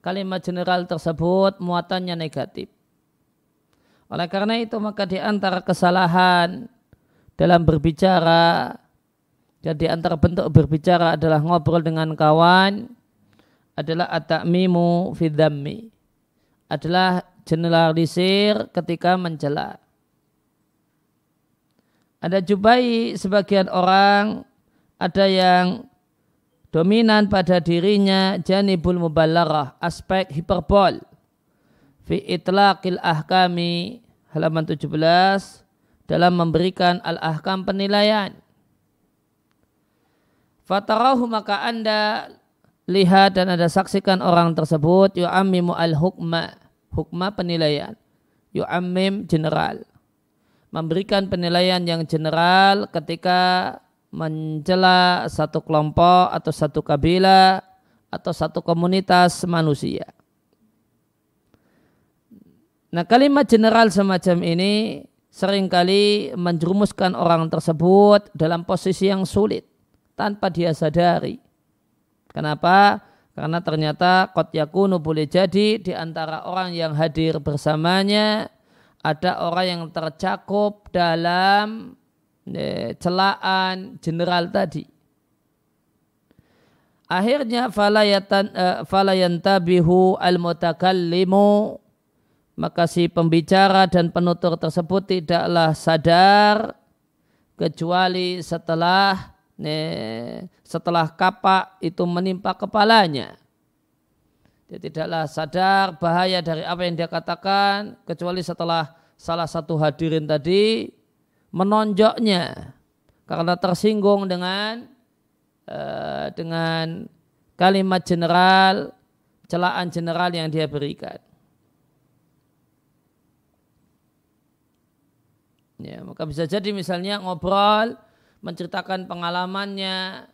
kalimat general tersebut muatannya negatif. Oleh karena itu maka di antara kesalahan dalam berbicara dan di antara bentuk berbicara adalah ngobrol dengan kawan adalah at-ta'mimu fi dzammi, adalah generalisir ketika mencela. Ada jubai sebagian orang ada yang dominan pada dirinya janibul muballarah, aspek hiperbol fi itlaqil ahkami, halaman 17, dalam memberikan al-ahkam penilaian. Fatarahu, maka Anda lihat dan Anda saksikan orang tersebut yu'ammimu al-hukma, hukma penilaian, yu'ammim general, memberikan penilaian yang general ketika mencela satu kelompok atau satu kabilah atau satu komunitas manusia. Nah, kalimat general semacam ini seringkali menjerumuskan orang tersebut dalam posisi yang sulit tanpa dia sadari. Kenapa? Karena ternyata qad yakunu, boleh jadi di antara orang yang hadir bersamanya ada orang yang tercakup dalam celaan general tadi. Akhirnya falayantabihu al-mutakallimu, maka si pembicara dan penutur tersebut tidaklah sadar kecuali setelah kapak itu menimpa kepalanya. Dia tidaklah sadar bahaya dari apa yang dia katakan kecuali setelah salah satu hadirin tadi menonjoknya karena tersinggung dengan kalimat general, celaan general yang dia berikan. Ya, maka bisa jadi misalnya ngobrol menceritakan pengalamannya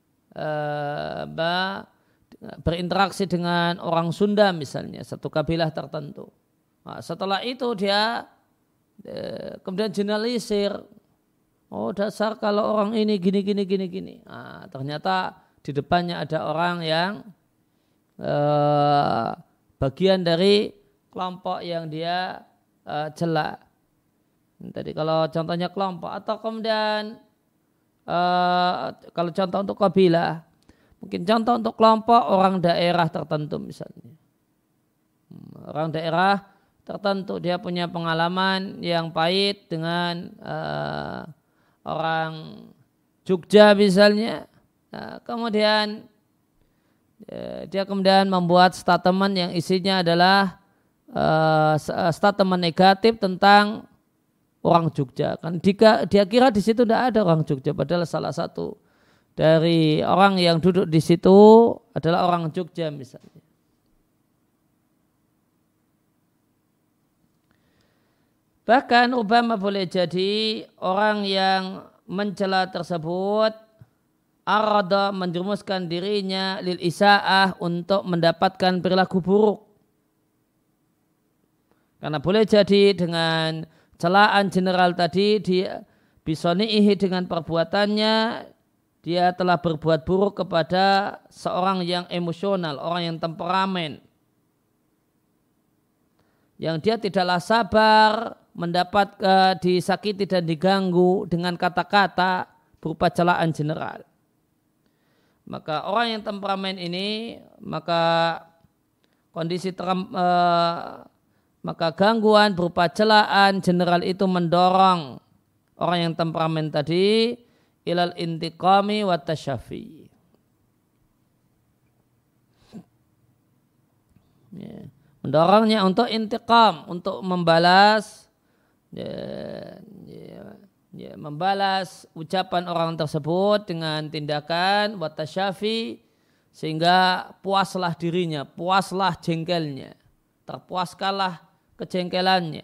berinteraksi dengan orang Sunda misalnya, satu kabilah tertentu. Nah, setelah itu dia kemudian generalisir, oh dasar kalau orang ini gini. Nah, ternyata di depannya ada orang yang bagian dari kelompok yang dia cela. Tadi kalau contohnya kelompok, atau kemudian kalau contoh untuk kabilah, mungkin contoh untuk kelompok orang daerah tertentu misalnya. Orang daerah tertentu dia punya pengalaman yang pahit dengan orang Jogja misalnya. Nah, kemudian dia kemudian membuat statement yang isinya adalah statement negatif tentang orang Jogja. Kan dia kira di situ tidak ada orang Jogja, padahal salah satu dari orang yang duduk di situ adalah orang Jogja misalnya. Bahkan Obama boleh jadi orang yang mencela tersebut arada, menjerumuskan dirinya lil isaah, untuk mendapatkan perilaku buruk. Karena boleh jadi dengan celaan general tadi dia bisonihi, dengan perbuatannya dia telah berbuat buruk kepada seorang yang emosional, orang yang temperamen, yang dia tidaklah sabar mendapat disakiti dan diganggu dengan kata-kata berupa celaan general. Maka orang yang temperamen ini, maka kondisi maka gangguan berupa celaan general itu mendorong orang yang temperamen tadi ilal intiqami wa tasyafi. Ya, mendorongnya untuk intiqam, untuk membalas membalas ucapan orang tersebut dengan tindakan wa tasyafi, sehingga puaslah dirinya, puaslah jengkelnya, terpuaskanlah kejengkelannya.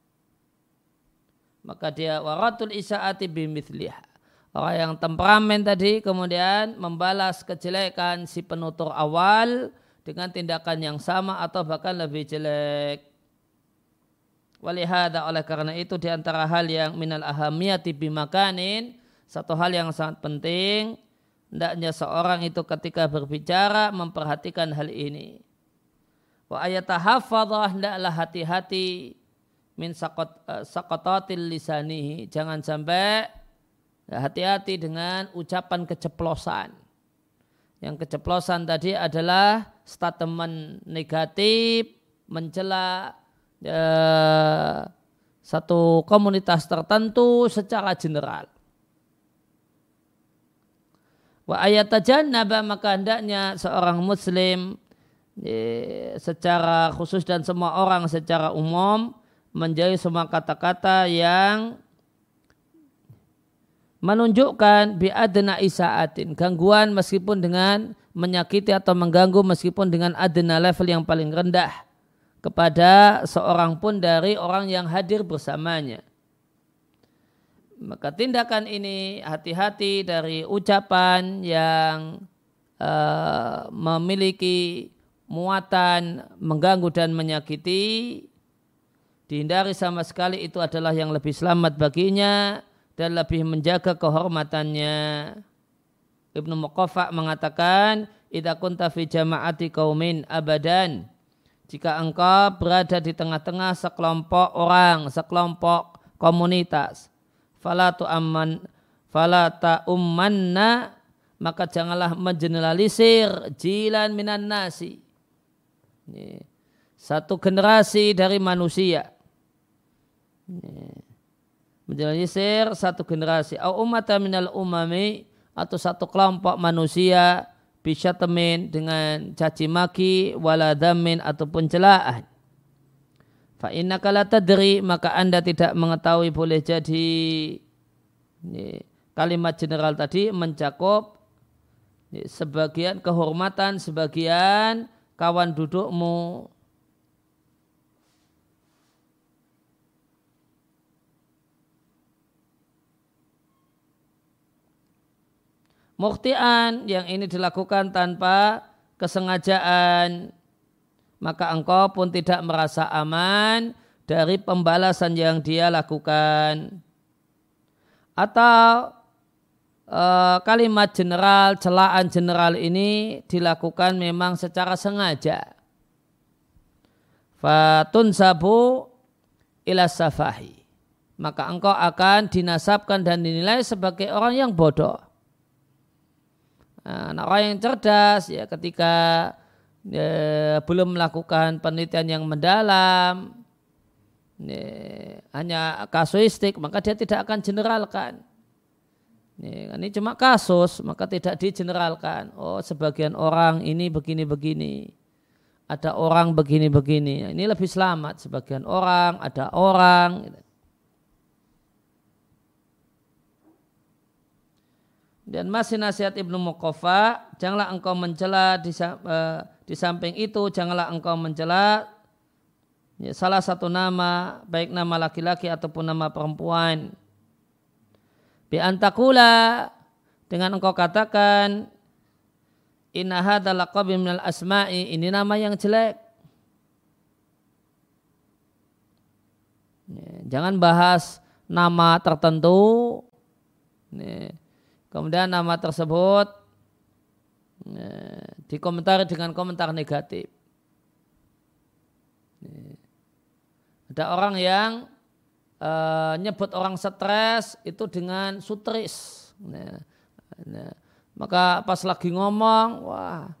Maka dia waratul isaati bimithliha, orang yang temperamen tadi kemudian membalas kejelekan si penutur awal dengan tindakan yang sama atau bahkan lebih jelek. Walihada, oleh karena itu di antara hal yang minal ahamiyati bimakanin, satu hal yang sangat penting, hendaknya seorang itu ketika berbicara memperhatikan hal ini. Wa ayatahafadhah, hendaklah hati-hati min saqatatil lisanihi, jangan sampai hati-hati dengan ucapan keceplosan. Yang keceplosan tadi adalah statement negatif mencela satu komunitas tertentu secara general. Wa ayatajannaba, maka hendaknya seorang muslim secara khusus dan semua orang secara umum menjauhi semua kata-kata yang menunjukkan bi'adna isa'atin, gangguan meskipun dengan menyakiti atau mengganggu meskipun dengan adna level yang paling rendah kepada seorang pun dari orang yang hadir bersamanya. Maka tindakan ini hati-hati dari ucapan yang memiliki muatan mengganggu dan menyakiti, dihindari sama sekali, itu adalah yang lebih selamat baginya dan lebih menjaga kehormatannya. Ibnu Muqaffa mengatakan, idza kunta fi jama'ati qaumin abadan, jika engkau berada di tengah-tengah sekelompok orang, sekelompok komunitas, fala ta'ummanna, maka janganlah mengeneralisir jilan minan nasi, satu generasi dari manusia, mengeneralisir satu generasi, au ummatan minal umami, atau satu kelompok manusia, bisyatamin, dengan caci maki, wala dhammin, ataupun celaan. Fa innaka la tadri, maka Anda tidak mengetahui, boleh jadi kalimat general tadi mencakup sebagian kehormatan sebagian kawan dudukmu. Mukhtian, yang ini dilakukan tanpa kesengajaan, maka engkau pun tidak merasa aman dari pembalasan yang dia lakukan. Atau kalimat general, celaan general ini dilakukan memang secara sengaja. Fatunsabu ila safahi, maka engkau akan dinasabkan dan dinilai sebagai orang yang bodoh. Nah, orang yang cerdas ya ketika belum melakukan penelitian yang mendalam, hanya kasuistik, maka dia tidak akan generalkan. Ini cuma kasus, maka tidak digeneralkan. Oh, sebagian orang ini begini-begini, ada orang begini-begini. Ini lebih selamat, sebagian orang, ada orang. Dan masih nasihat Ibnu Muqaffa, janganlah engkau mencela di samping itu, janganlah engkau mencela salah satu nama, baik nama laki-laki ataupun nama perempuan. Bi antakula, dengan engkau katakan, inna hadza laqabun minal asma'i, ini nama yang jelek. Jangan bahas nama tertentu, kemudian nama tersebut dikomentari dengan komentar negatif. Ada orang yang nyebut orang stres itu dengan sutris. Maka pas lagi ngomong, wah,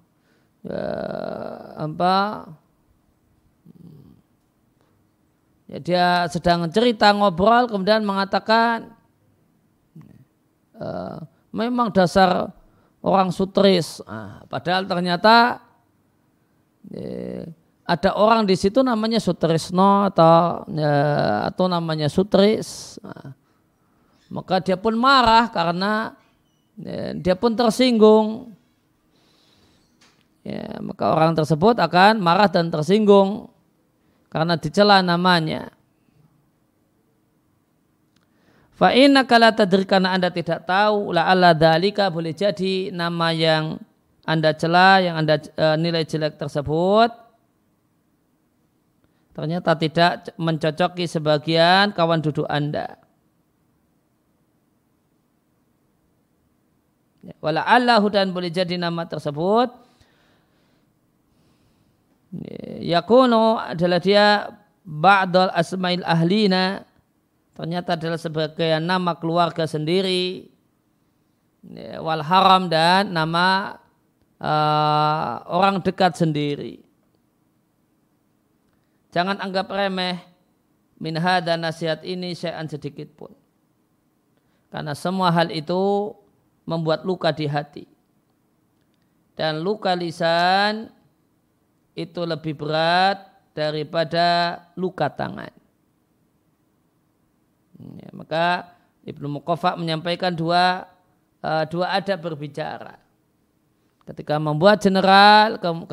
dia sedang cerita ngobrol, kemudian mengatakan, memang dasar orang sutris. Padahal ternyata ada orang di situ namanya Sutrisno atau namanya Sutris. Maka dia pun marah karena dia pun tersinggung. Maka orang tersebut akan marah dan tersinggung karena dicela namanya. Fa innaka la tadri, karena Anda tidak tahu, la'alla dzalika, boleh jadi nama yang Anda cela, yang Anda nilai jelek tersebut ternyata tidak mencocoki sebagian kawan duduk Anda. Wala'allahu, dan boleh jadi nama tersebut Yakuno adalah dia ba'dal asma'il ahlina, ternyata adalah sebagai nama keluarga sendiri, wal haram, dan nama orang dekat sendiri. Jangan anggap remeh min hadza nasihat ini syai'an sedikit pun. Karena semua hal itu membuat luka di hati. Dan luka lisan itu lebih berat daripada luka tangan. Ya, maka Ibnu Muqaffa menyampaikan dua adab berbicara. Ketika membuat general,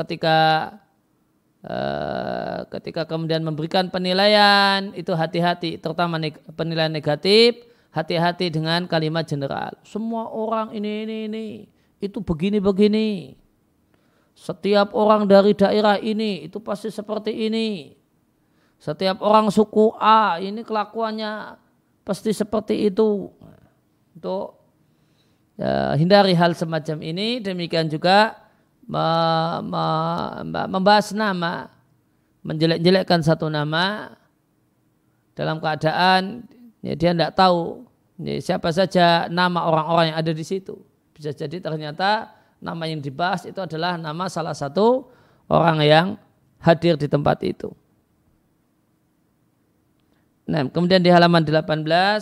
ketika kemudian memberikan penilaian, itu hati-hati, terutama penilaian negatif, hati-hati dengan kalimat general. Semua orang ini, itu begini-begini. Setiap orang dari daerah ini, itu pasti seperti ini. Setiap orang suku A, ini kelakuannya pasti seperti itu. Untuk hindari hal semacam ini. Demikian juga membahas nama, menjelek-jelekkan satu nama dalam keadaan dia tidak tahu siapa saja nama orang-orang yang ada di situ. Bisa jadi ternyata nama yang dibahas itu adalah nama salah satu orang yang hadir di tempat itu. Nah, kemudian di halaman 18,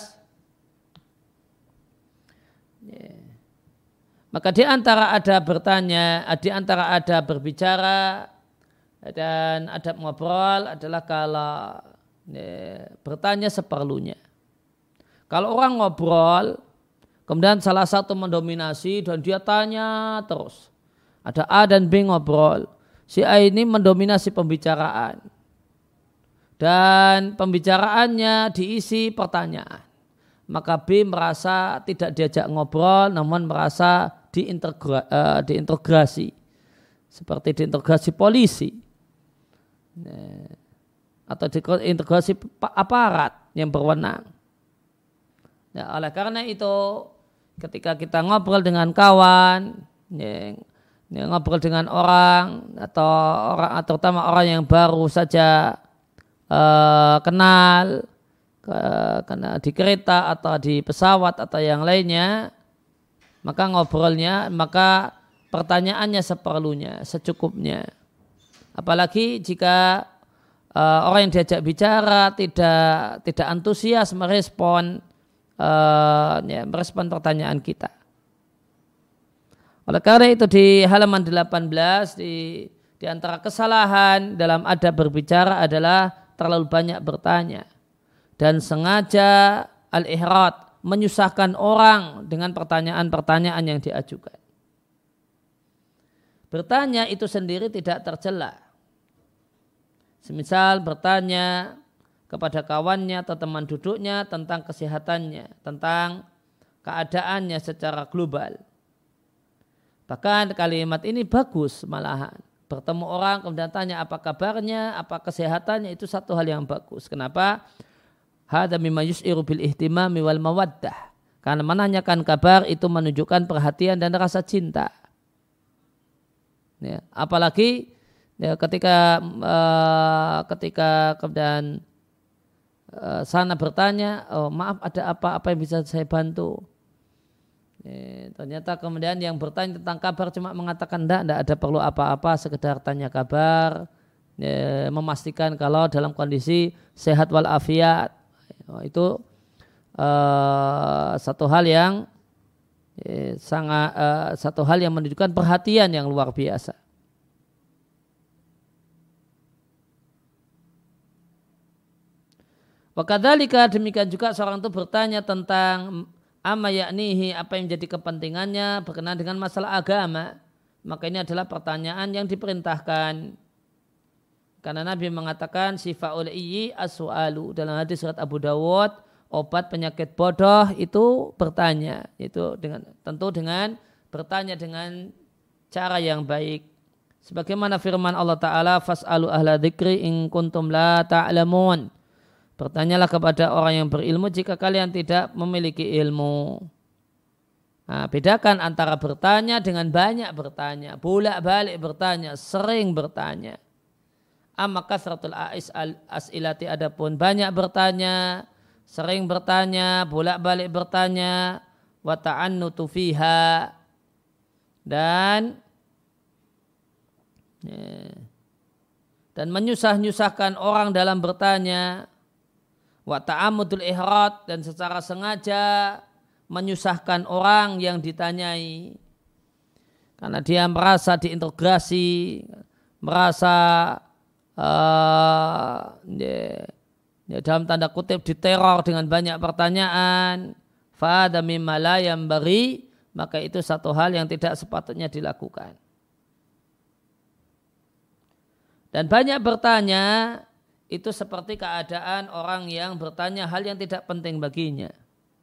maka di antara ada bertanya, di antara ada berbicara dan ada ngobrol adalah kalau bertanya seperlunya. Kalau orang ngobrol, kemudian salah satu mendominasi dan dia tanya terus. Ada A dan B ngobrol. Si A ini mendominasi pembicaraan. Dan pembicaraannya diisi pertanyaan. Maka B merasa tidak diajak ngobrol, namun merasa diintegrasi. Seperti diintegrasi polisi. Atau diintegrasi aparat yang berwenang. Ya, oleh karena itu ketika kita ngobrol dengan kawan, ngobrol dengan orang atau terutama orang yang baru saja kenal di kereta atau di pesawat atau yang lainnya, maka pertanyaannya seperlunya, secukupnya. Apalagi jika orang yang diajak bicara tidak antusias merespon pertanyaan kita. Oleh karena itu di halaman 18 di antara kesalahan dalam adab berbicara adalah terlalu banyak bertanya dan sengaja al-ihrad, menyusahkan orang dengan pertanyaan-pertanyaan yang diajukan. Bertanya itu sendiri tidak tercela. Semisal bertanya kepada kawannya atau teman duduknya tentang kesehatannya, tentang keadaannya secara global. Bahkan kalimat ini bagus malahan. Bertemu orang kemudian tanya apa kabarnya, apa kesehatannya, itu satu hal yang bagus. Kenapa? Hadza mimma yus'iru bil ihtimami wal mawaddah. Karena menanyakan kabar itu menunjukkan perhatian dan rasa cinta. Ya, apalagi ya, ketika kemudian sana bertanya, oh maaf ada apa yang bisa saya bantu? Ternyata kemudian yang bertanya tentang kabar cuma mengatakan tidak ada perlu apa-apa, sekedar tanya kabar, memastikan kalau dalam kondisi sehat walafiat. Itu satu hal yang satu hal yang menunjukkan perhatian yang luar biasa. Wakadzalika, demikian juga seorang itu bertanya tentang amma yaknihi, apa yang menjadi kepentingannya berkenaan dengan masalah agama, maka ini adalah pertanyaan yang diperintahkan. Karena Nabi mengatakan sifa'ul iyyi as-su'alu, dalam hadis surat Abu Dawud, obat penyakit bodoh itu bertanya, itu tentu dengan bertanya dengan cara yang baik. Sebagaimana firman Allah Ta'ala, fas'alu ahla dzikri in kuntum la ta'lamun. Bertanyalah kepada orang yang berilmu jika kalian tidak memiliki ilmu. Nah, bedakan antara bertanya dengan banyak bertanya, bolak-balik bertanya, sering bertanya. Amma kasratul as'ilati adapun banyak bertanya, sering bertanya, bolak-balik bertanya, wa ta'annutu fiha dan menyusah-nyusahkan orang dalam bertanya, wa ta'ammudul ihrad dan secara sengaja menyusahkan orang yang ditanyai karena dia merasa diintegrasi, merasa dalam tanda kutip diteror dengan banyak pertanyaan, fa'adha mimma la yanbaghi, maka itu satu hal yang tidak sepatutnya dilakukan. Dan banyak bertanya itu seperti keadaan orang yang bertanya hal yang tidak penting baginya.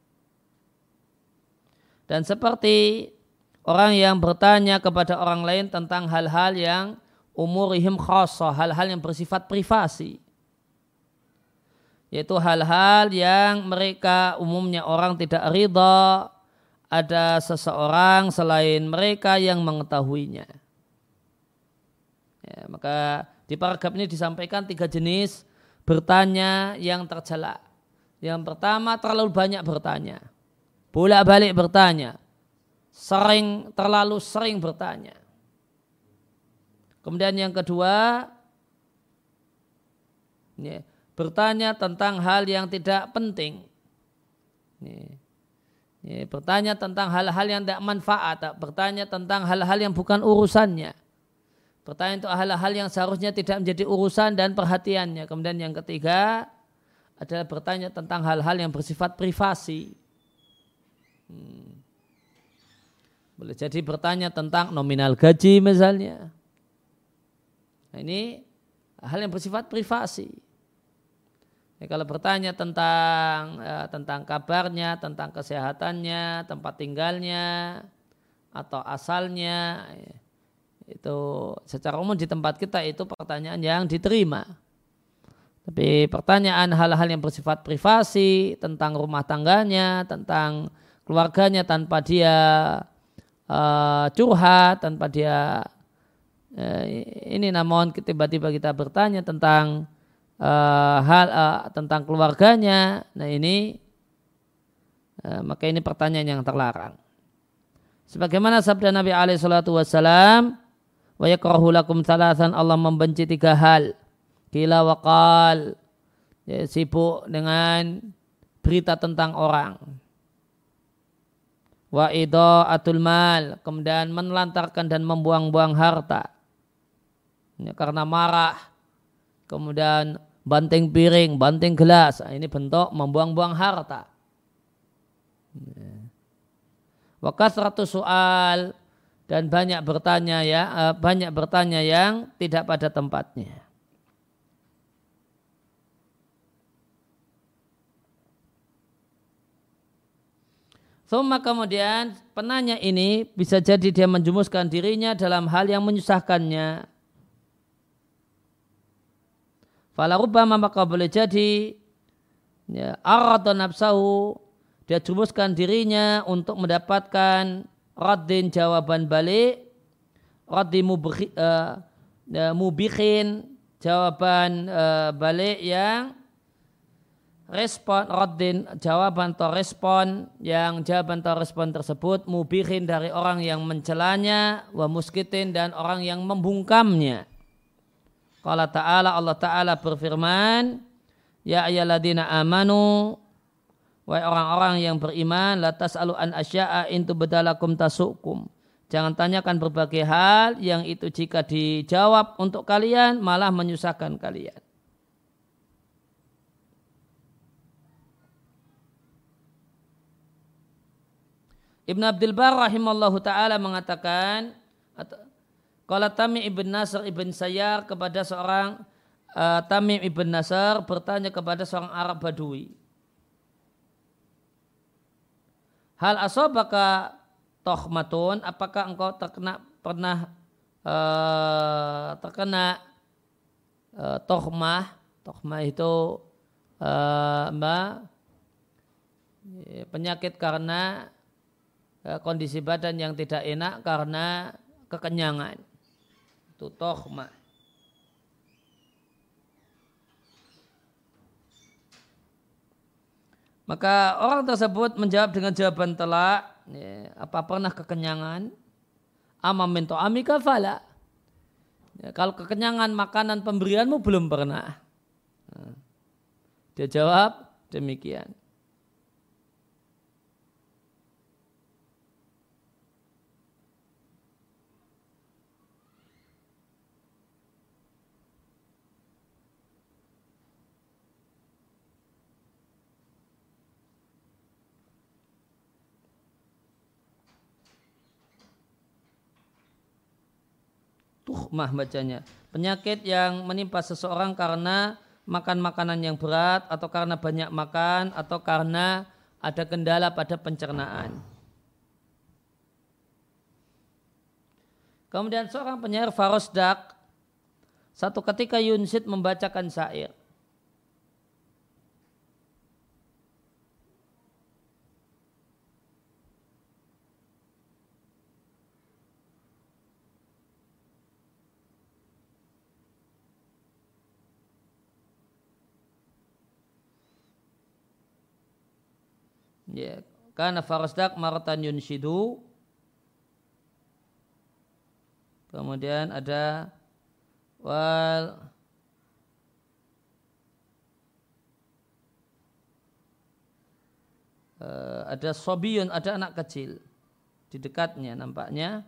Dan seperti orang yang bertanya kepada orang lain tentang hal-hal yang umurihim khassah, hal-hal yang bersifat privasi. Yaitu hal-hal yang mereka umumnya orang tidak ridha ada seseorang selain mereka yang mengetahuinya. Ya, maka di paragraf ini disampaikan 3 jenis bertanya yang tercela. Yang pertama, terlalu banyak bertanya. Bolak-balik bertanya. Terlalu sering bertanya. Kemudian yang kedua, ya, bertanya tentang hal yang tidak penting. Ya, bertanya tentang hal-hal yang tidak manfaat. Bertanya tentang hal-hal yang bukan urusannya. Bertanya untuk hal-hal yang seharusnya tidak menjadi urusan dan perhatiannya. Kemudian yang ketiga adalah bertanya tentang hal-hal yang bersifat privasi. Boleh jadi bertanya tentang nominal gaji misalnya. Nah, ini hal yang bersifat privasi. Ya, kalau bertanya tentang kabarnya, tentang kesehatannya, tempat tinggalnya, atau asalnya, itu secara umum di tempat kita itu pertanyaan yang diterima. Tapi pertanyaan hal-hal yang bersifat privasi tentang rumah tangganya, tentang keluarganya tanpa dia curhat, tanpa dia ini namun tiba-tiba kita bertanya tentang tentang keluarganya, nah ini maka ini pertanyaan yang terlarang. Sebagaimana sabda Nabi alaihi salatu wasallam, wa yakrahu lakum thalathan, Allah membenci 3 hal. Qila wa qal, ya, sibuk dengan berita tentang orang. Wa idha'atul mal, kemudian menelantarkan dan membuang-buang harta. Ya, karena marah, kemudian banting piring, banting gelas, ini bentuk membuang-buang harta. Wa kasratu soal, dan banyak bertanya yang tidak pada tempatnya. Kemudian penanya ini bisa jadi dia menjumuskan dirinya dalam hal yang menyusahkannya. Fala rubbama, maka boleh jadi ya, arada nafsahu, dia jumuskan dirinya untuk mendapatkan raddin, jawaban balik, raddi mubikhin, jawaban balik yang respon, raddin, jawaban atau respon yang jawaban atau respon tersebut mubikhin dari orang yang mencelanya, wa muskitin, dan orang yang membungkamnya. Qala ta'ala, Allah Ta'ala berfirman, ya ayyuhalladzina amanu, wahai orang-orang yang beriman, la tas'alu an asya'a in tubdalakum tasukum. Jangan tanyakan berbagai hal yang itu jika dijawab untuk kalian malah menyusahkan kalian. Ibn Abdul Bar rahimallahu ta'ala mengatakan, qala Tamim ibn Nasr ibn Sayyar kepada seorang Tamim ibn Nasr bertanya kepada seorang Arab Badui, hal asobaka tohmatun, apakah engkau pernah terkena tohmah? Tohmah itu penyakit karena kondisi badan yang tidak enak karena kekenyangan. Itu tohmah. Maka orang tersebut menjawab dengan jawaban telak, ya, apa pernah kekenyangan? Ama min ta'amika fala. Ya, kalau kekenyangan makanan pemberianmu belum pernah. Nah, dia jawab demikian. Tuhmah bacanya. Penyakit yang menimpa seseorang karena makan makanan yang berat atau karena banyak makan atau karena ada kendala pada pencernaan. Kemudian seorang penyair Farosdak satu ketika yunsid membacakan syair. Ya, karena Farosdak maratan yunshidu. Kemudian ada ada sobiyun, ada anak kecil di dekatnya nampaknya.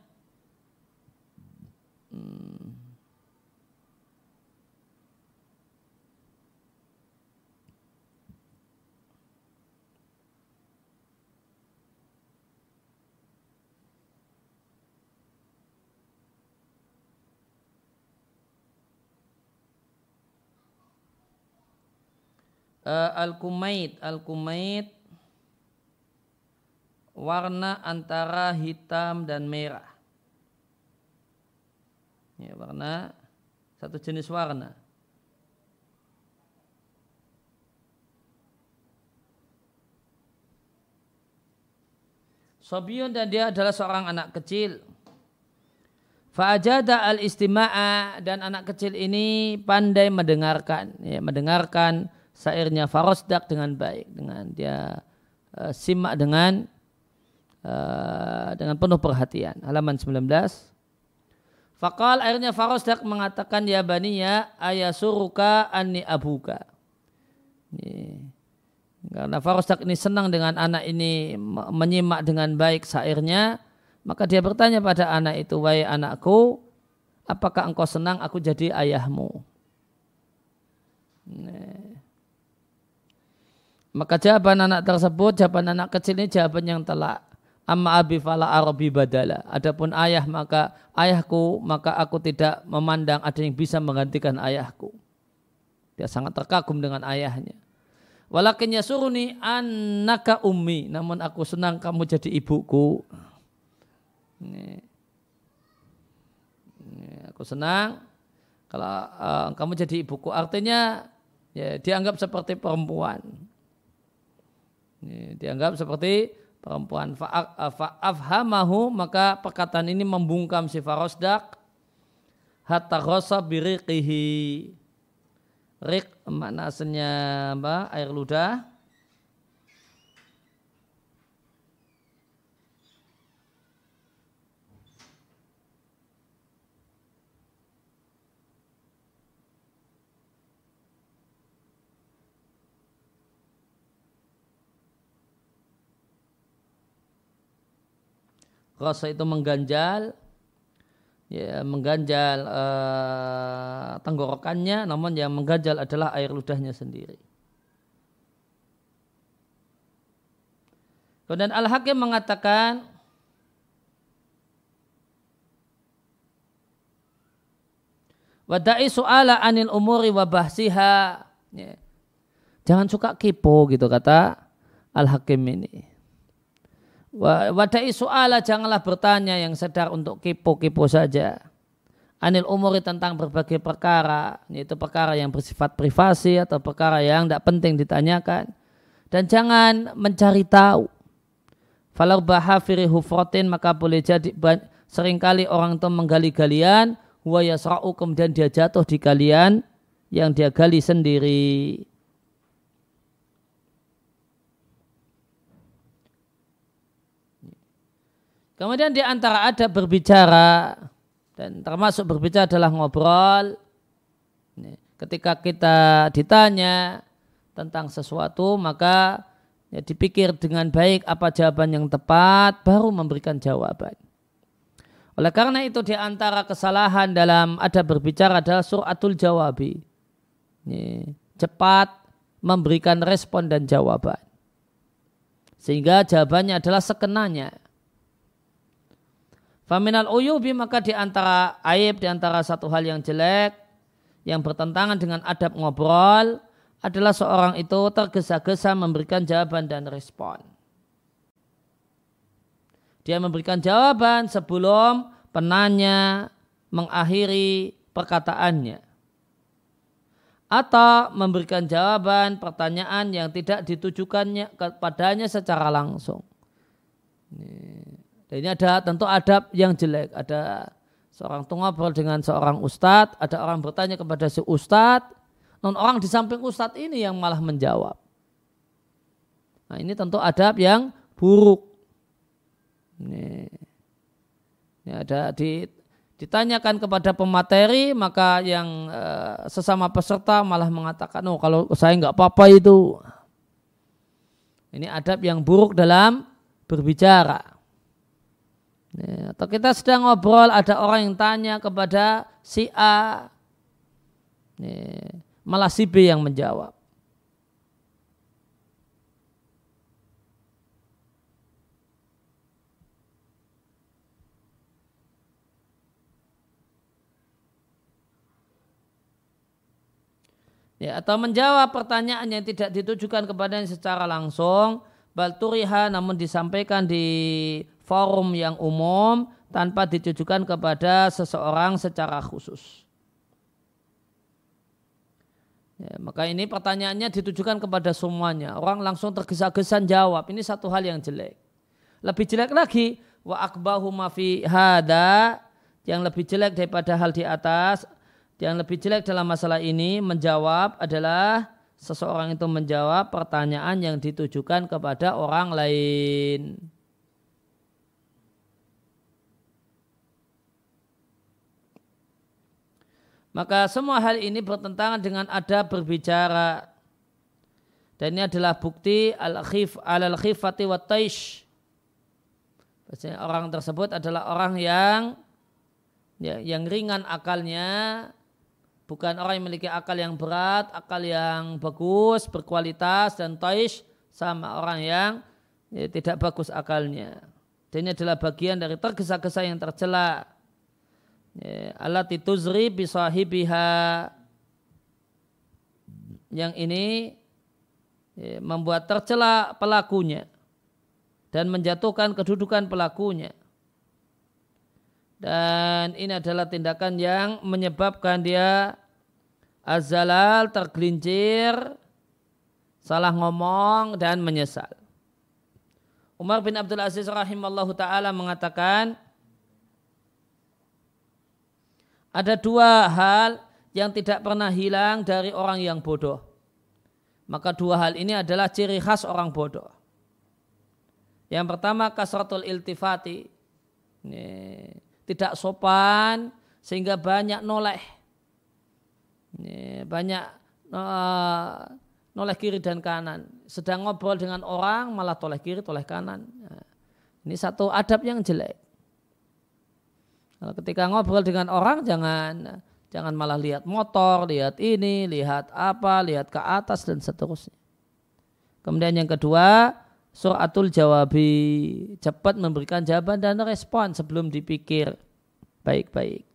Al-Kumait warna antara hitam dan merah. Ya, warna satu jenis warna. Sobiun dan dia adalah seorang anak kecil. Fa'ajada al-istima'a dan anak kecil ini pandai mendengarkan, ya, mendengarkan syairnya Farosdak dengan baik, dengan dia simak dengan penuh perhatian. Halaman 19. Faqal akhirnya Farosdak mengatakan ya baniya ayasuruka anni abuka. Karena Farosdak ini senang dengan anak ini menyimak dengan baik syairnya, maka dia bertanya pada anak itu, wahai anakku, apakah engkau senang aku jadi ayahmu? Maka jawaban anak tersebut, jawaban anak kecil ini jawaban yang telak. Amma abi fala arabi badala. Adapun ayah maka ayahku, maka aku tidak memandang ada yang bisa menggantikan ayahku. Dia sangat terkagum dengan ayahnya. Walakin yasuruni annaka ummi. Namun aku senang kamu jadi ibuku. Aku senang kalau kamu jadi ibuku. Artinya ya, dianggap seperti perempuan. Dianggap seperti perempuan. Fa'afhamahu, maka perkataan ini membungkam si Farosdak hatta ghosa biriqihi. Rik makna asalnya apa? Air ludah. Rasa itu mengganjal, ya, mengganjal tenggorokannya, namun yang mengganjal adalah air ludahnya sendiri. Kemudian Al-Hakim mengatakan, wada'i su'ala anil umuri wa bahsiha. Ya. Jangan suka kepo gitu kata Al-Hakim ini. Wada'i su'ala, janganlah bertanya yang sedar untuk kepo-kepo saja. Anil umuri, tentang berbagai perkara, yaitu perkara yang bersifat privasi atau perkara yang tidak penting ditanyakan. Dan jangan mencari tahu. Falau bahafiri hufrotin, maka boleh jadi seringkali orang itu menggali galian, wa yasra'u, kemudian dia jatuh di galian yang dia gali sendiri. Kemudian di antara adab berbicara, dan termasuk berbicara adalah ngobrol. Ketika kita ditanya tentang sesuatu, maka dipikir dengan baik apa jawaban yang tepat, baru memberikan jawaban. Oleh karena itu di antara kesalahan dalam adab berbicara adalah sur'atul jawabi. Cepat memberikan respon dan jawaban. Sehingga jawabannya adalah sekenanya. Faminal uyubi, maka di antara aib, di antara satu hal yang jelek, yang bertentangan dengan adab ngobrol, adalah seorang itu tergesa-gesa memberikan jawaban dan respon. Dia memberikan jawaban sebelum penanya mengakhiri perkataannya. Atau memberikan jawaban pertanyaan yang tidak ditujukannya kepadanya secara langsung. Dan ini ada tentu adab yang jelek. Ada seorang itu ngobrol dengan seorang ustadz, ada orang bertanya kepada si ustadz, non orang di samping ustadz ini yang malah menjawab. Nah, ini tentu adab yang buruk. Ini ada ditanyakan kepada pemateri, maka yang sesama peserta malah mengatakan, oh kalau saya nggak apa-apa itu. Ini adab yang buruk dalam berbicara. Atau kita sedang ngobrol, ada orang yang tanya kepada si A, malah si B yang menjawab. Atau menjawab pertanyaan yang tidak ditujukan kepadanya secara langsung, balturiha, namun disampaikan di forum yang umum tanpa ditujukan kepada seseorang secara khusus. Maka ini pertanyaannya ditujukan kepada semuanya. Orang langsung tergesa-gesa jawab. Ini satu hal yang jelek. Lebih jelek lagi, wa akbahu ma fi hada, yang lebih jelek daripada hal di atas. Yang lebih jelek dalam masalah ini menjawab adalah seseorang itu menjawab pertanyaan yang ditujukan kepada orang lain. Maka semua hal ini bertentangan dengan adab berbicara. Dan ini adalah bukti al-khifati wa taish. Orang tersebut adalah orang yang ringan akalnya, bukan orang yang memiliki akal yang berat, akal yang bagus, berkualitas, dan taish sama orang yang tidak bagus akalnya. Dan ini adalah bagian dari tergesa-gesa yang tercela. Allati tuzri bisahibiha, yang ini membuat tercela pelakunya dan menjatuhkan kedudukan pelakunya. Dan ini adalah tindakan yang menyebabkan dia azalal, tergelincir, salah ngomong dan menyesal. Umar bin Abdul Aziz rahimallahu ta'ala mengatakan, ada dua hal yang tidak pernah hilang dari orang yang bodoh. Maka dua hal ini adalah ciri khas orang bodoh. Yang pertama, kasratul iltifati. Tidak sopan sehingga banyak noleh. Banyak noleh kiri dan kanan. Sedang ngobrol dengan orang malah toleh kiri, toleh kanan. Ini satu adab yang jelek. Ketika ngobrol dengan orang jangan malah lihat motor, lihat ini, lihat apa, lihat ke atas dan seterusnya. Kemudian yang kedua, sur'atul jawabi, cepat memberikan jawaban dan respon sebelum dipikir baik-baik.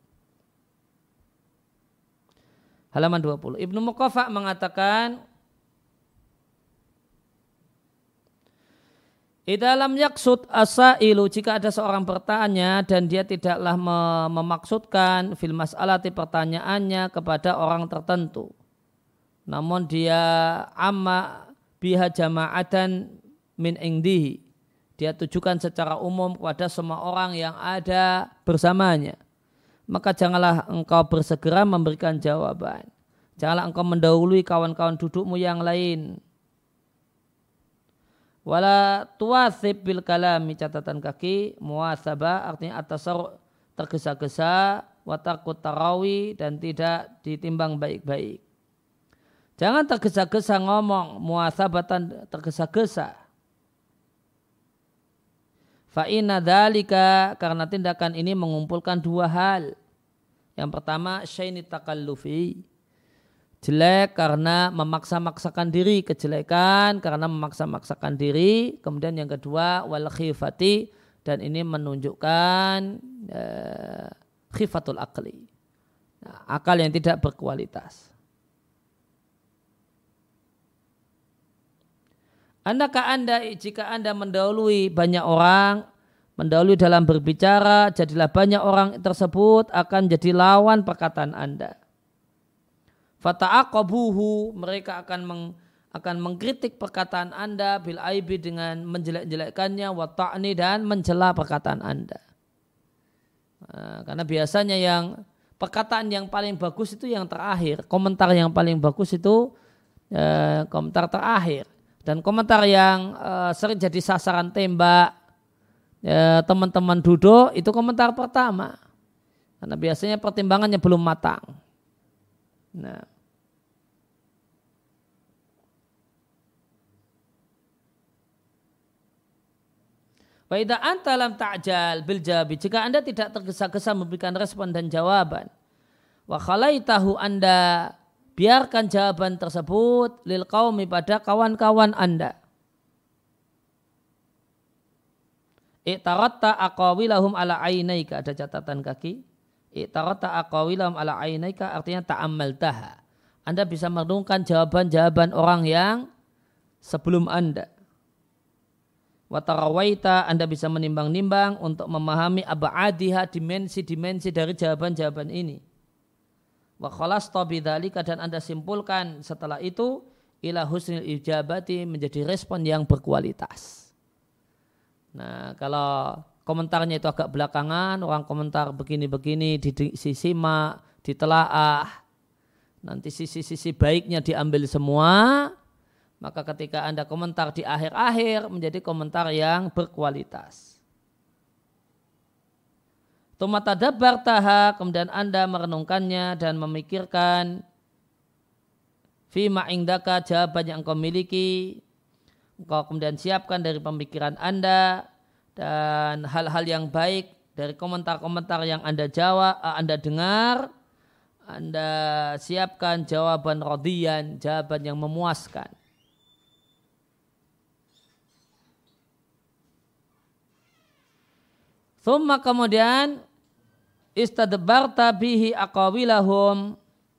Halaman 20. Ibnu Muqaffa mengatakan, dalam yaksud asailu, jika ada seorang bertanya dan dia tidaklah memaksudkan fil mas'alati pertanyaannya kepada orang tertentu, namun dia amma biha jama'atan min indihi, dia tujukan secara umum kepada semua orang yang ada bersamanya, maka janganlah engkau bersegera memberikan jawaban. Janganlah engkau mendahului kawan-kawan dudukmu yang lain. Wala tuwathib bil kalami, catatan kaki, muasabah artinya atasar tergesa-gesa, watakut tarawi dan tidak ditimbang baik-baik. Jangan tergesa-gesa ngomong, muasabatan tergesa-gesa. Fa inna dzalika, karena tindakan ini mengumpulkan dua hal. Yang pertama, syaini takallufi, jelek karena memaksa-maksakan diri, kejelekan karena memaksa-maksakan diri. Kemudian yang kedua, wal khifati, dan ini menunjukkan khifatul akli, akal yang tidak berkualitas. Jika Anda mendahului banyak orang, mendahului dalam berbicara, jadilah banyak orang tersebut akan jadi lawan perkataan Anda. Fata'aqabuhu, mereka akan mengkritik perkataan Anda bil aibi dengan menjelek-jelekkannya, wa ta'ni, dan mencela perkataan Anda. Karena biasanya perkataan yang paling bagus itu yang terakhir, komentar yang paling bagus itu komentar terakhir. Dan komentar yang sering jadi sasaran tembak teman-teman duduk itu komentar pertama. Karena biasanya pertimbangannya belum matang. Nah. Wa idza anta lam ta'jal bil jawabi, jika Anda tidak tergesa-gesa memberikan respon dan jawaban, wa khalaitahu, Anda biarkan jawaban tersebut lil qaumi, pada kawan-kawan Anda. I'taratta aqawilahum ala ainaika, ada catatan kaki. I'taratta aqawilahum ala ainaika artinya ta'ammaltaha. Anda bisa merenungkan jawaban-jawaban orang yang sebelum Anda. Wa tarawaita, Anda bisa menimbang-nimbang untuk memahami ab'adiha, dimensi-dimensi dari jawaban-jawaban ini. Wa khalasta bidzalika, dan Anda simpulkan setelah itu ila husnil ijabati, menjadi respon yang berkualitas. Nah, kalau komentarnya itu agak belakangan, orang komentar begini-begini, disimak, ditelaah, nanti sisi-sisi baiknya diambil semua, maka ketika Anda komentar di akhir-akhir menjadi komentar yang berkualitas. Tumatadabbartaha, kemudian Anda merenungkannya dan memikirkan fima indaka, jawaban yang engkau miliki, engkau kemudian siapkan dari pemikiran Anda, dan hal-hal yang baik dari komentar-komentar yang Anda jawab, Anda dengar, Anda siapkan jawaban radiyan, jawaban yang memuaskan. Thumma, kemudian istadbarta bihi aqawilahum,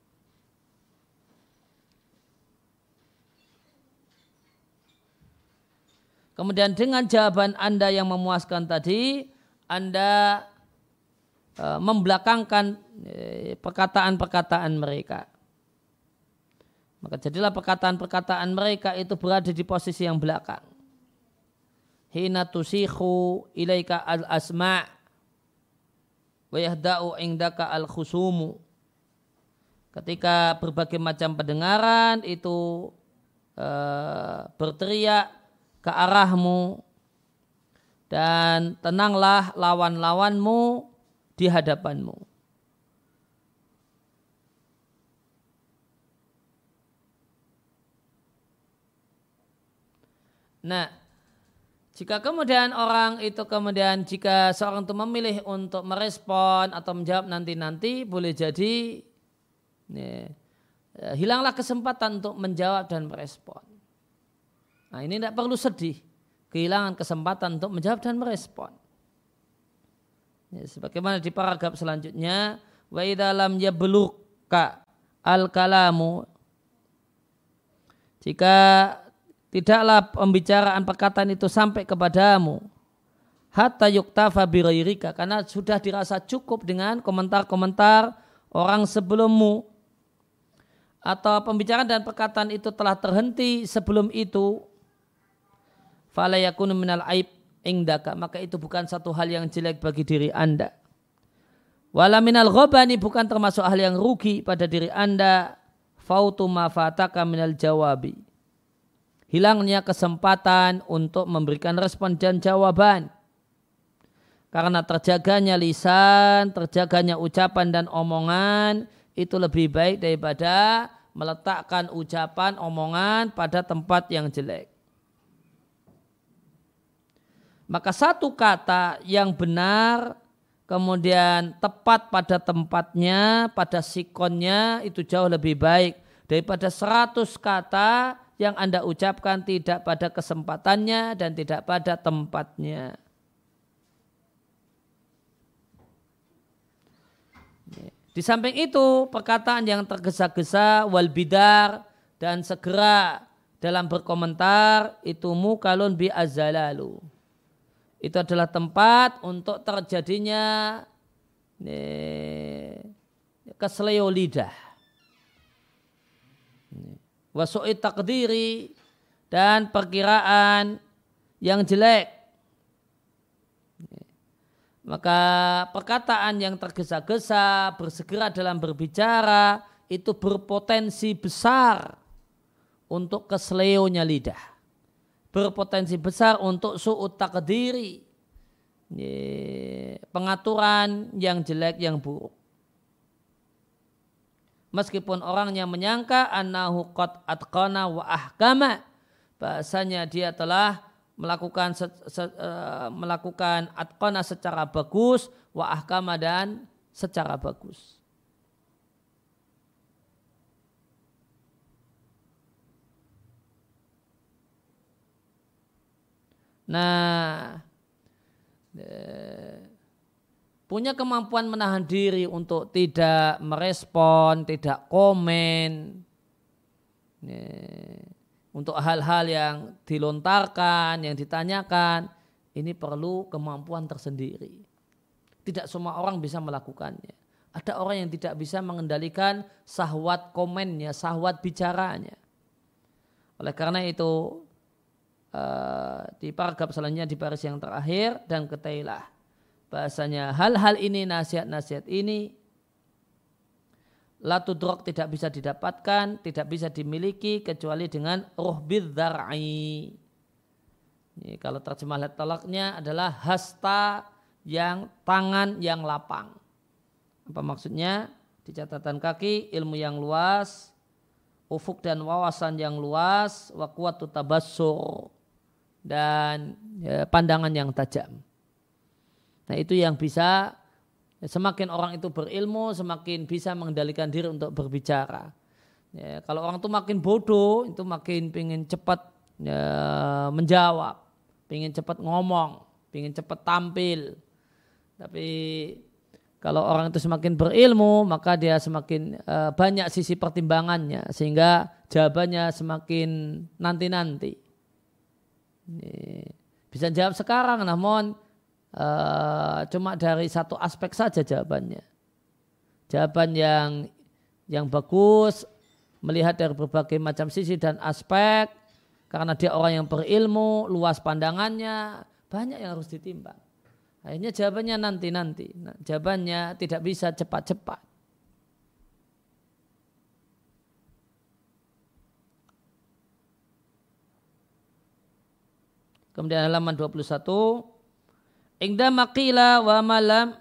kemudian dengan jawaban Anda yang memuaskan tadi, Anda membelakangkan perkataan-perkataan mereka. Maka jadilah perkataan-perkataan mereka itu berada di posisi yang belakang. Hina tusikhu ilaika al-asma' wa yahda'u indaka al-khusumu. Ketika berbagai macam pendengaran itu berteriak ke arahmu, dan tenanglah lawan-lawanmu di hadapanmu. Nah, jika kemudian orang itu jika seorang itu memilih untuk merespon atau menjawab nanti-nanti, boleh jadi hilanglah kesempatan untuk menjawab dan merespon. Nah, ini tidak perlu sedih, kehilangan kesempatan untuk menjawab dan merespon. Sebagaimana di paragraf selanjutnya, wa idza lam yablugka al-kalamu, jika tidaklah pembicaraan perkataan itu sampai kepadamu, hatta yuktafa bi ghairika, karena sudah dirasa cukup dengan komentar-komentar orang sebelummu, atau pembicaraan dan perkataan itu telah terhenti sebelum itu, fala yakunu minal aib indaka, maka itu bukan satu hal yang jelek bagi diri Anda. Wala minal ghabani, bukan termasuk hal yang rugi pada diri Anda. Fautu ma fataka minal jawabi, hilangnya kesempatan untuk memberikan respon dan jawaban. Karena terjaganya lisan, terjaganya ucapan dan omongan itu lebih baik daripada meletakkan ucapan, omongan pada tempat yang jelek. Maka satu kata yang benar, kemudian tepat pada tempatnya, pada sikonnya itu jauh lebih baik daripada 100 kata yang Anda ucapkan tidak pada kesempatannya dan tidak pada tempatnya. Di samping itu, perkataan yang tergesa-gesa, wal bidar, dan segera dalam berkomentar itu mukalun bi azalalu. Itu adalah tempat untuk terjadinya keseleo lidah. Wasu'i takdiri dan perkiraan yang jelek. Maka perkataan yang tergesa-gesa, bersegera dalam berbicara, itu berpotensi besar untuk keseleonya lidah. Berpotensi besar untuk su'ut takdiri, pengaturan yang jelek, yang buruk. Meskipun orangnya menyangka annahu qad atqana wa ahkama, bahasanya dia telah melakukan atqana secara bagus, wa ahkama dan secara bagus. Nah, punya kemampuan menahan diri untuk tidak merespon, tidak komen, untuk hal-hal yang dilontarkan, yang ditanyakan, ini perlu kemampuan tersendiri. Tidak semua orang bisa melakukannya. Ada orang yang tidak bisa mengendalikan syahwat komennya, syahwat bicaranya. Oleh karena itu, di paragraf selanjutnya di baris yang terakhir, dan ketahuilah bahasanya hal-hal ini, nasihat-nasihat ini la tudrok, tidak bisa didapatkan, tidak bisa dimiliki kecuali dengan ruh bidzar'i. Ini kalau terjemah tolaknya adalah hasta, yang tangan yang lapang. Apa maksudnya? Di catatan kaki, ilmu yang luas, ufuk dan wawasan yang luas, wa quwwatu tabassur, dan pandangan yang tajam. Nah, itu yang bisa, semakin orang itu berilmu, semakin bisa mengendalikan diri untuk berbicara. Kalau orang itu makin bodoh, itu makin pengen cepat menjawab, pengen cepat ngomong, pengen cepat tampil. Tapi kalau orang itu semakin berilmu, maka dia semakin banyak sisi pertimbangannya, sehingga jawabannya semakin nanti-nanti. Bisa jawab sekarang, namun cuma dari satu aspek saja jawabannya. Jawaban yang bagus, melihat dari berbagai macam sisi dan aspek, karena dia orang yang berilmu, luas pandangannya, banyak yang harus ditimbang. Akhirnya jawabannya nanti-nanti. Jawabannya tidak bisa cepat-cepat. Kemudian halaman 21. Ingdama qila wa malam,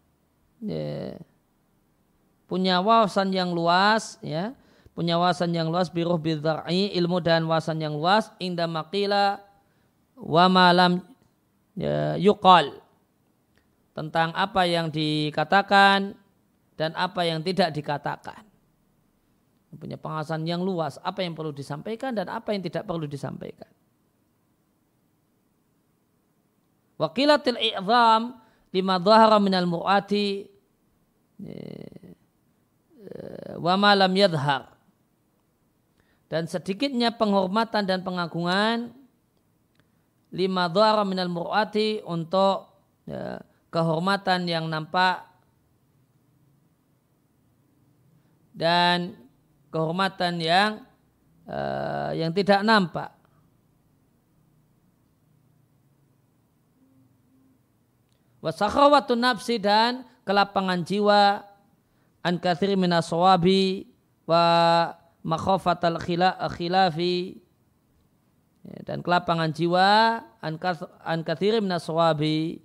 punya wawasan yang luas, ya, punya wawasan yang luas, biruh bidzar'i, ilmu dan wawasan yang luas. Ingdama qila wa malam yuqal, tentang apa yang dikatakan dan apa yang tidak dikatakan. Punya pengawasan yang luas, apa yang perlu disampaikan dan apa yang tidak perlu disampaikan. Waqilatil i'zam lima dhahara minal mu'ati wa ma lam yadhhar, dan sedikitnya penghormatan dan pengagungan lima dhahara minal mu'ati, untuk kehormatan yang nampak dan kehormatan yang tidak nampak. Wasakhawatun nafsi, dan kelapangan jiwa, an katsiri minas shawabi wa makhafatal khilafi, dan kelapangan jiwa an katsirin minas shawabi,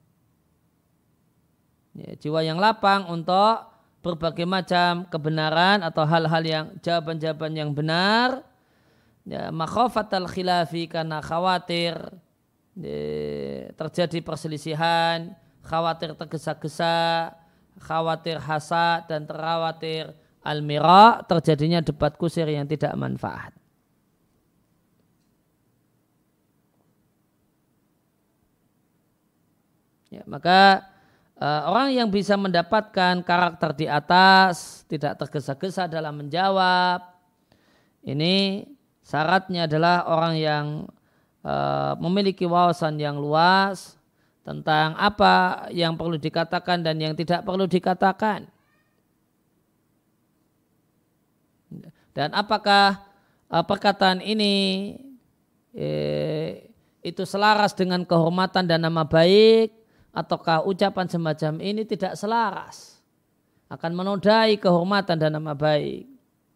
jiwa yang lapang untuk berbagai macam kebenaran atau hal-hal yang jawaban-jawaban yang benar, makhafatal khilafi, karena khawatir terjadi perselisihan, khawatir tergesa-gesa, khawatir hasad, dan khawatir al-mira, terjadinya debat kusir yang tidak manfaat. Maka orang yang bisa mendapatkan karakter di atas, tidak tergesa-gesa dalam menjawab, ini syaratnya adalah orang yang memiliki wawasan yang luas tentang apa yang perlu dikatakan dan yang tidak perlu dikatakan. Dan apakah perkataan ini itu selaras dengan kehormatan dan nama baik, ataukah ucapan semacam ini tidak selaras, akan menodai kehormatan dan nama baik.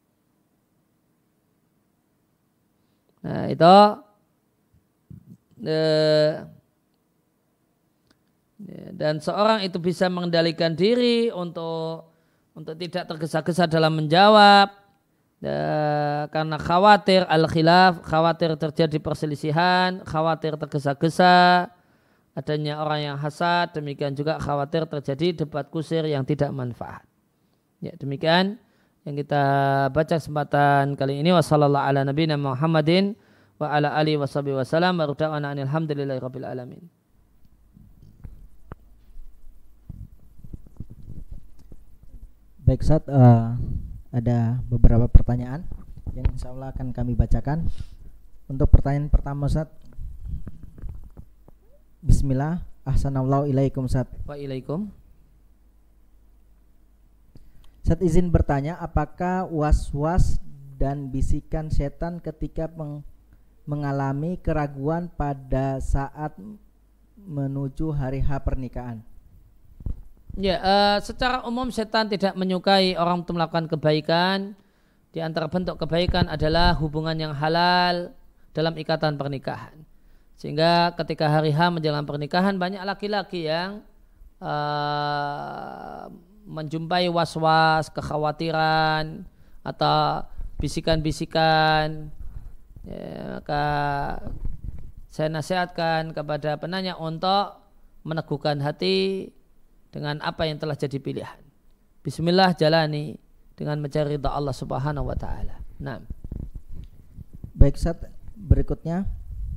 Nah itu dan seorang itu bisa mengendalikan diri untuk tidak tergesa-gesa dalam menjawab, karena khawatir al-khilaf, khawatir terjadi perselisihan, khawatir tergesa-gesa, adanya orang yang hasad, demikian juga khawatir terjadi debat kusir yang tidak manfaat. Ya, demikian yang kita baca kesempatan kali ini. Wassallallahu ala nabiyina Muhammadin wa ala alihi washabihi wasallam, wa rada'ana alhamdulillahi rabbil alamin. Baik Ustaz, ada beberapa pertanyaan yang insya Allah akan kami bacakan. Untuk pertanyaan pertama Ustaz, Bismillah, ahsanallahu ilaikum Ustaz. Waalaikum. Ustaz izin bertanya, apakah was-was dan bisikan setan ketika mengalami keraguan pada saat menuju hari H pernikahan? Ya, secara umum setan tidak menyukai orang untuk melakukan kebaikan. Di antara bentuk kebaikan adalah hubungan yang halal dalam ikatan pernikahan. Sehingga ketika hari H menjelang pernikahan, banyak laki-laki yang menjumpai was-was, kekhawatiran atau bisikan-bisikan. Ya, maka saya nasihatkan kepada penanya untuk meneguhkan hati dengan apa yang telah jadi pilihan. Bismillah, jalani dengan mencari ridha Allah Subhanahu wa taala. Nah. Baik Ustaz, berikutnya.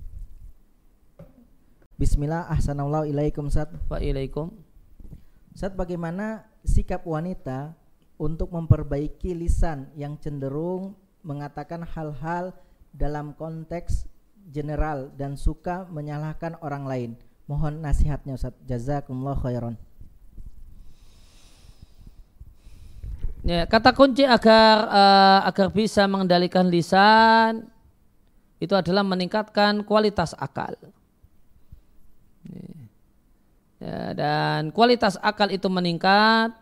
Bismillah, ahsanallahu ilaikum Ustaz. Waalaikum. Ustaz, bagaimana sikap wanita untuk memperbaiki lisan yang cenderung mengatakan hal-hal dalam konteks general dan suka menyalahkan orang lain? Mohon nasihatnya Ustaz. Jazakumullah khairan. Ya, kata kunci agar bisa mengendalikan lisan itu adalah meningkatkan kualitas akal. Ya, dan kualitas akal itu meningkat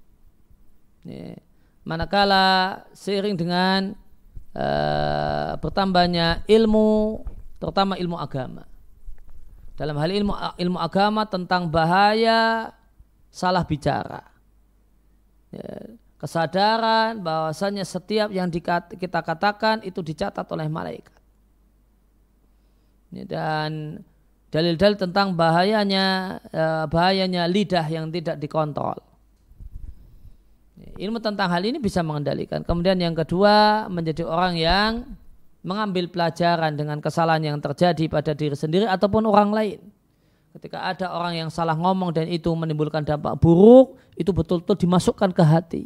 manakala seiring dengan bertambahnya ilmu, terutama ilmu agama. Dalam hal ilmu agama tentang bahaya salah bicara. Ya, kesadaran bahwasanya setiap yang kita katakan itu dicatat oleh malaikat. Ya, dan dalil-dalil tentang bahayanya lidah yang tidak dikontrol. Ilmu tentang hal ini bisa mengendalikan. Kemudian yang kedua, menjadi orang yang mengambil pelajaran dengan kesalahan yang terjadi pada diri sendiri ataupun orang lain. Ketika ada orang yang salah ngomong dan itu menimbulkan dampak buruk, itu betul-betul dimasukkan ke hati.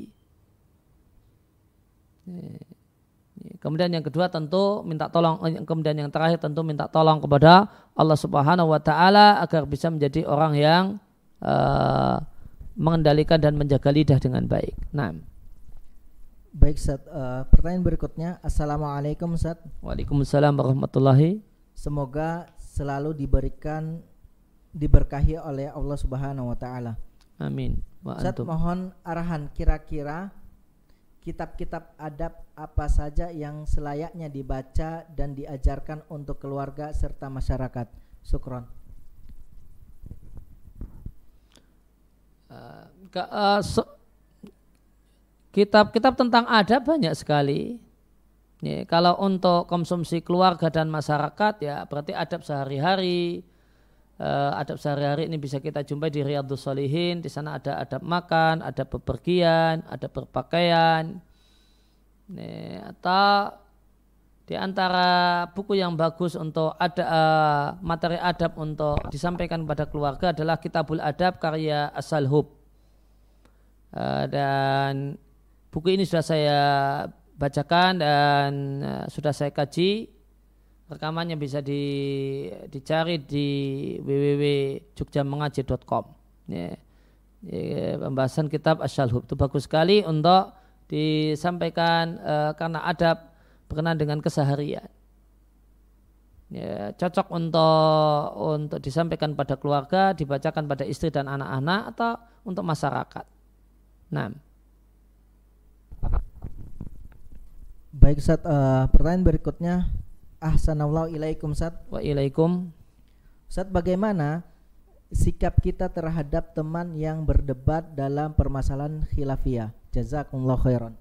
Kemudian yang kedua tentu minta tolong, kemudian yang terakhir tentu minta tolong kepada Allah Subhanahu wa taala agar bisa menjadi orang yang mengendalikan dan menjaga lidah dengan baik. Nah. Baik Ustaz, pertanyaan berikutnya. Assalamualaikum Ustaz. Waalaikumsalam warahmatullahi. Semoga selalu diberkahi oleh Allah Subhanahu wa taala. Amin. Ustaz, mohon arahan kira-kira kitab-kitab adab apa saja yang selayaknya dibaca dan diajarkan untuk keluarga serta masyarakat? Syukron. Kitab-kitab tentang adab banyak sekali. Ya, kalau untuk konsumsi keluarga dan masyarakat ya berarti adab sehari-hari. Adab sehari-hari ini bisa kita jumpai di Riyadhus Shalihin. Di sana ada adab makan, adab bepergian, adab berpakaian. Atau di antara buku yang bagus untuk ada materi adab untuk disampaikan pada keluarga adalah Kitabul Adab karya As-Salhub. Dan buku ini sudah saya bacakan dan sudah saya kaji. Rekamannya bisa dicari di www.jogjamengaji.com. Pembahasan kitab As-Salhub itu bagus sekali untuk disampaikan karena adab berkenaan dengan keseharian. Ya, cocok untuk disampaikan pada keluarga, dibacakan pada istri dan anak-anak atau untuk masyarakat. Nah. Baik Ustaz, pertanyaan berikutnya. Ahsanallahu ilaikum Ustaz. Wa ilaikum. Ustaz, bagaimana sikap kita terhadap teman yang berdebat dalam permasalahan khilafiyah? Jazakumullah khairan.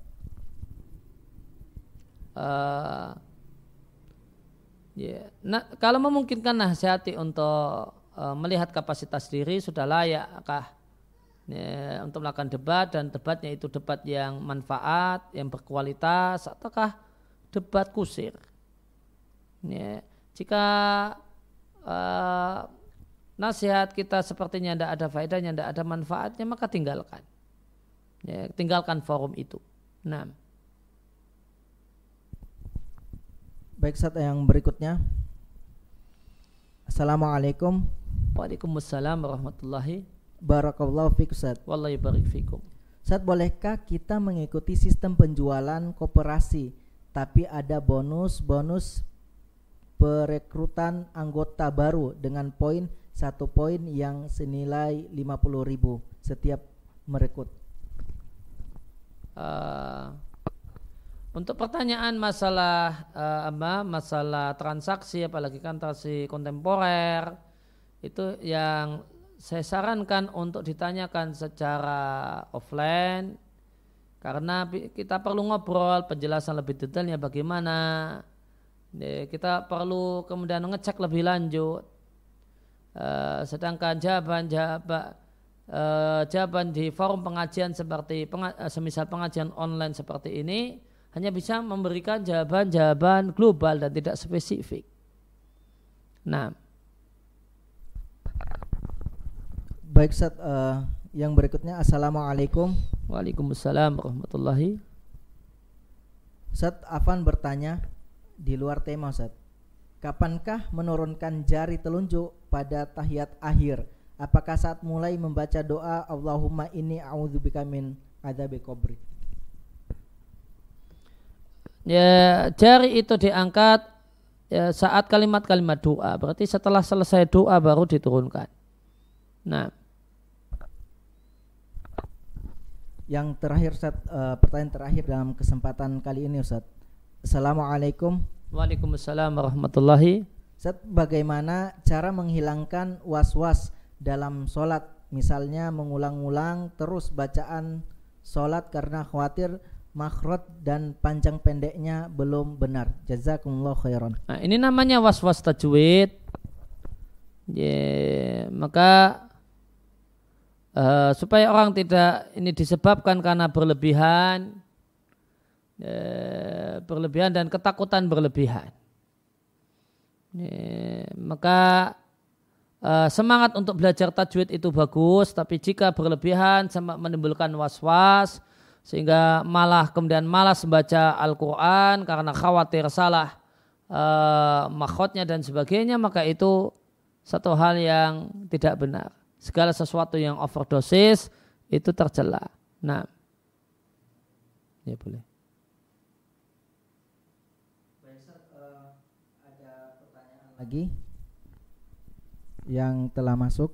Nah, kalau memungkinkan nasihati untuk melihat kapasitas diri sudah layakkah untuk melakukan debat dan debatnya itu debat yang manfaat, yang berkualitas ataukah debat kusir. Jika nasihat kita sepertinya tidak ada faedahnya, tidak ada manfaatnya, maka tinggalkan. Tinggalkan forum itu. Nah. Baik Ustaz, yang berikutnya. Assalamualaikum. Waalaikumsalam warahmatullahi. Barakallahu fiik Ustaz. Wallahi barik fikum. Ustaz, bolehkah kita mengikuti sistem penjualan koperasi tapi ada bonus perekrutan anggota baru dengan poin 1 poin yang senilai 50.000 setiap merekrut? Untuk pertanyaan masalah masalah transaksi, apalagi transaksi kontemporer, itu yang saya sarankan untuk ditanyakan secara offline karena kita perlu ngobrol penjelasan lebih detailnya bagaimana. Kita perlu kemudian ngecek lebih lanjut. Sedangkan jawaban di forum pengajian seperti semisal pengajian online seperti ini hanya bisa memberikan jawaban-jawaban global dan tidak spesifik. Nah, baik Ustaz, yang berikutnya. Assalamualaikum. Waalaikumsalam warahmatullahi. Ustaz, Afan bertanya di luar tema Ustaz. Kapankah menurunkan jari telunjuk pada tahiyat akhir? Apakah saat mulai membaca doa Allahumma inni a'udzubika min adzabil qabri? Ya, jari itu diangkat ya, saat kalimat-kalimat doa. Berarti setelah selesai doa baru diturunkan. Nah, yang terakhir Ustaz, pertanyaan terakhir dalam kesempatan kali ini Ustaz. Assalamualaikum. Waalaikumsalam warahmatullahi. Ustaz, bagaimana cara menghilangkan was-was dalam sholat? Misalnya mengulang-ulang terus bacaan sholat karena khawatir makhraj dan panjang pendeknya belum benar. Jazakumullah khairan. Nah, ini namanya was-was tajwid. Maka supaya orang tidak ini disebabkan karena berlebihan dan ketakutan berlebihan. Maka semangat untuk belajar tajwid itu bagus, tapi jika berlebihan sama menimbulkan was-was sehingga kemudian malas membaca Al-Quran karena khawatir salah makhrajnya dan sebagainya, maka itu satu hal yang tidak benar. Segala sesuatu yang overdosis itu tercela. Nah, ya boleh. Ada pertanyaan lagi yang telah masuk.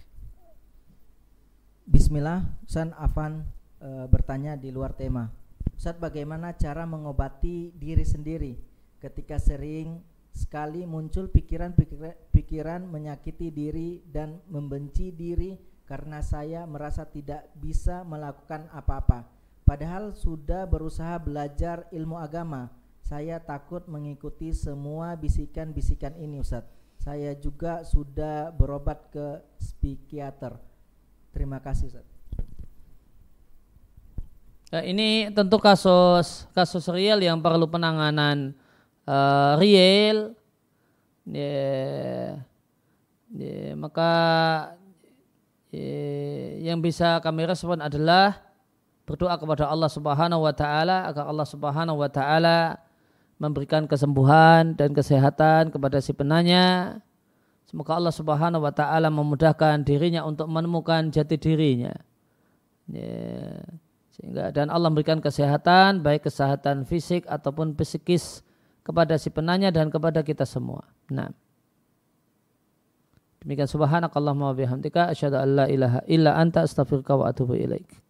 Bismillah, Ustaz Afan bertanya di luar tema. Ustaz, bagaimana cara mengobati diri sendiri ketika sering sekali muncul pikiran menyakiti diri dan membenci diri karena saya merasa tidak bisa melakukan apa-apa. Padahal sudah berusaha belajar ilmu agama. Saya takut mengikuti semua bisikan-bisikan ini, Ustaz. Saya juga sudah berobat ke psikiater. Terima kasih, Ustaz. Ini tentu kasus real yang perlu penanganan real. Maka yang bisa kami respon adalah berdoa kepada Allah Subhanahu wa taala agar Allah Subhanahu wa taala memberikan kesembuhan dan kesehatan kepada si penanya. Semoga Allah Subhanahu wa taala memudahkan dirinya untuk menemukan jati dirinya. Sehingga dan Allah memberikan kesehatan, baik kesehatan fisik ataupun psikis kepada si penanya dan kepada kita semua. Nah, demikian subhanakallahumma wa bihamdika asyhadu an la ilaha illa anta astaghfiruka wa atubu ilaik.